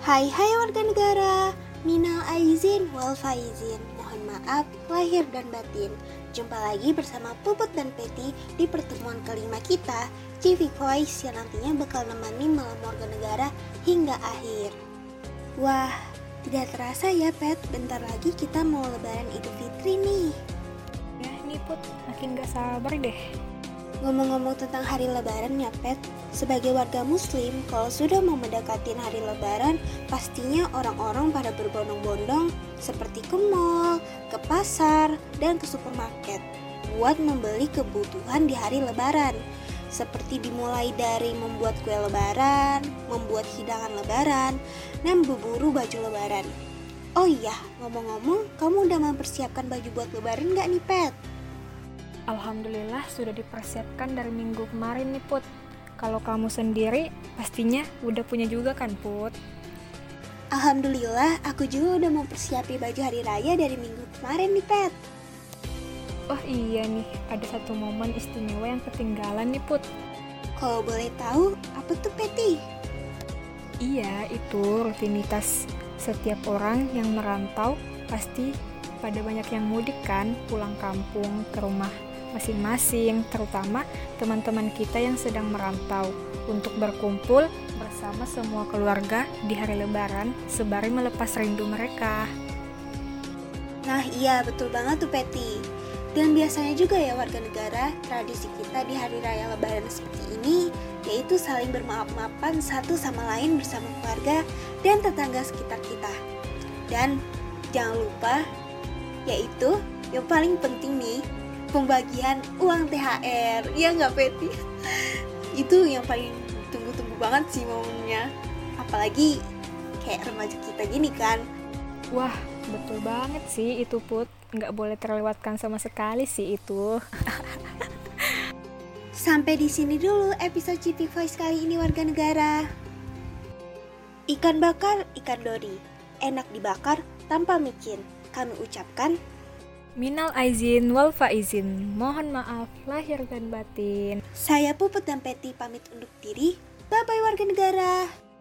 Hai warga negara, minal aizin wal faizin. Mohon maaf lahir dan batin. Jumpa lagi bersama Puput dan Peti di pertemuan kelima kita, CV Voice, yang nantinya bakal nemani malam warga negara hingga akhir. Wah, tidak terasa ya Pet, bentar lagi kita mau lebaran Idul Fitri nih. Ya nih Put, makin gak sabar deh. Ngomong-ngomong tentang hari lebaran ya Pet, sebagai warga muslim, kalau sudah mau mendekatin hari lebaran, pastinya orang-orang pada berbondong-bondong seperti ke mall, ke pasar, dan ke supermarket buat membeli kebutuhan di hari lebaran. Seperti dimulai dari membuat kue lebaran, membuat hidangan lebaran, dan berburu baju lebaran. Oh iya, ngomong-ngomong, kamu udah mempersiapkan baju buat lebaran gak nih Pet? Alhamdulillah sudah dipersiapkan dari minggu kemarin nih Put. Kalau kamu sendiri pastinya udah punya juga kan Put? Alhamdulillah, aku juga udah mempersiapi baju hari raya dari minggu kemarin nih Pet. Oh iya nih, ada satu momen istimewa yang ketinggalan nih Put. Kalau boleh tahu, apa tuh Peti? Iya, itu rutinitas setiap orang yang merantau, pasti pada banyak yang mudik kan, pulang kampung ke rumah masing-masing, terutama teman-teman kita yang sedang merantau, untuk berkumpul bersama semua keluarga di hari lebaran sembari melepas rindu mereka. Nah iya, betul banget tuh Peti. Dan biasanya juga ya warga negara, tradisi kita di hari raya lebaran seperti ini yaitu saling bermaaf-maafan satu sama lain bersama keluarga dan tetangga sekitar kita. Dan jangan lupa, yaitu yang paling penting nih, pembagian uang THR. Ya nggak Peti? Itu yang paling tunggu-tunggu banget sih momennya. Apalagi kayak remaja kita gini kan. Wah, betul banget sih itu Put. Nggak boleh terlewatkan sama sekali sih itu. Sampai di sini dulu episode CV Voice kali ini warga negara. Ikan bakar, ikan dori. Enak dibakar tanpa micin. Kami ucapkan Minal aizin wal faizin. Mohon maaf lahir dan batin. saya Puput dan Peti pamit undur diri. Bye-bye warga negara.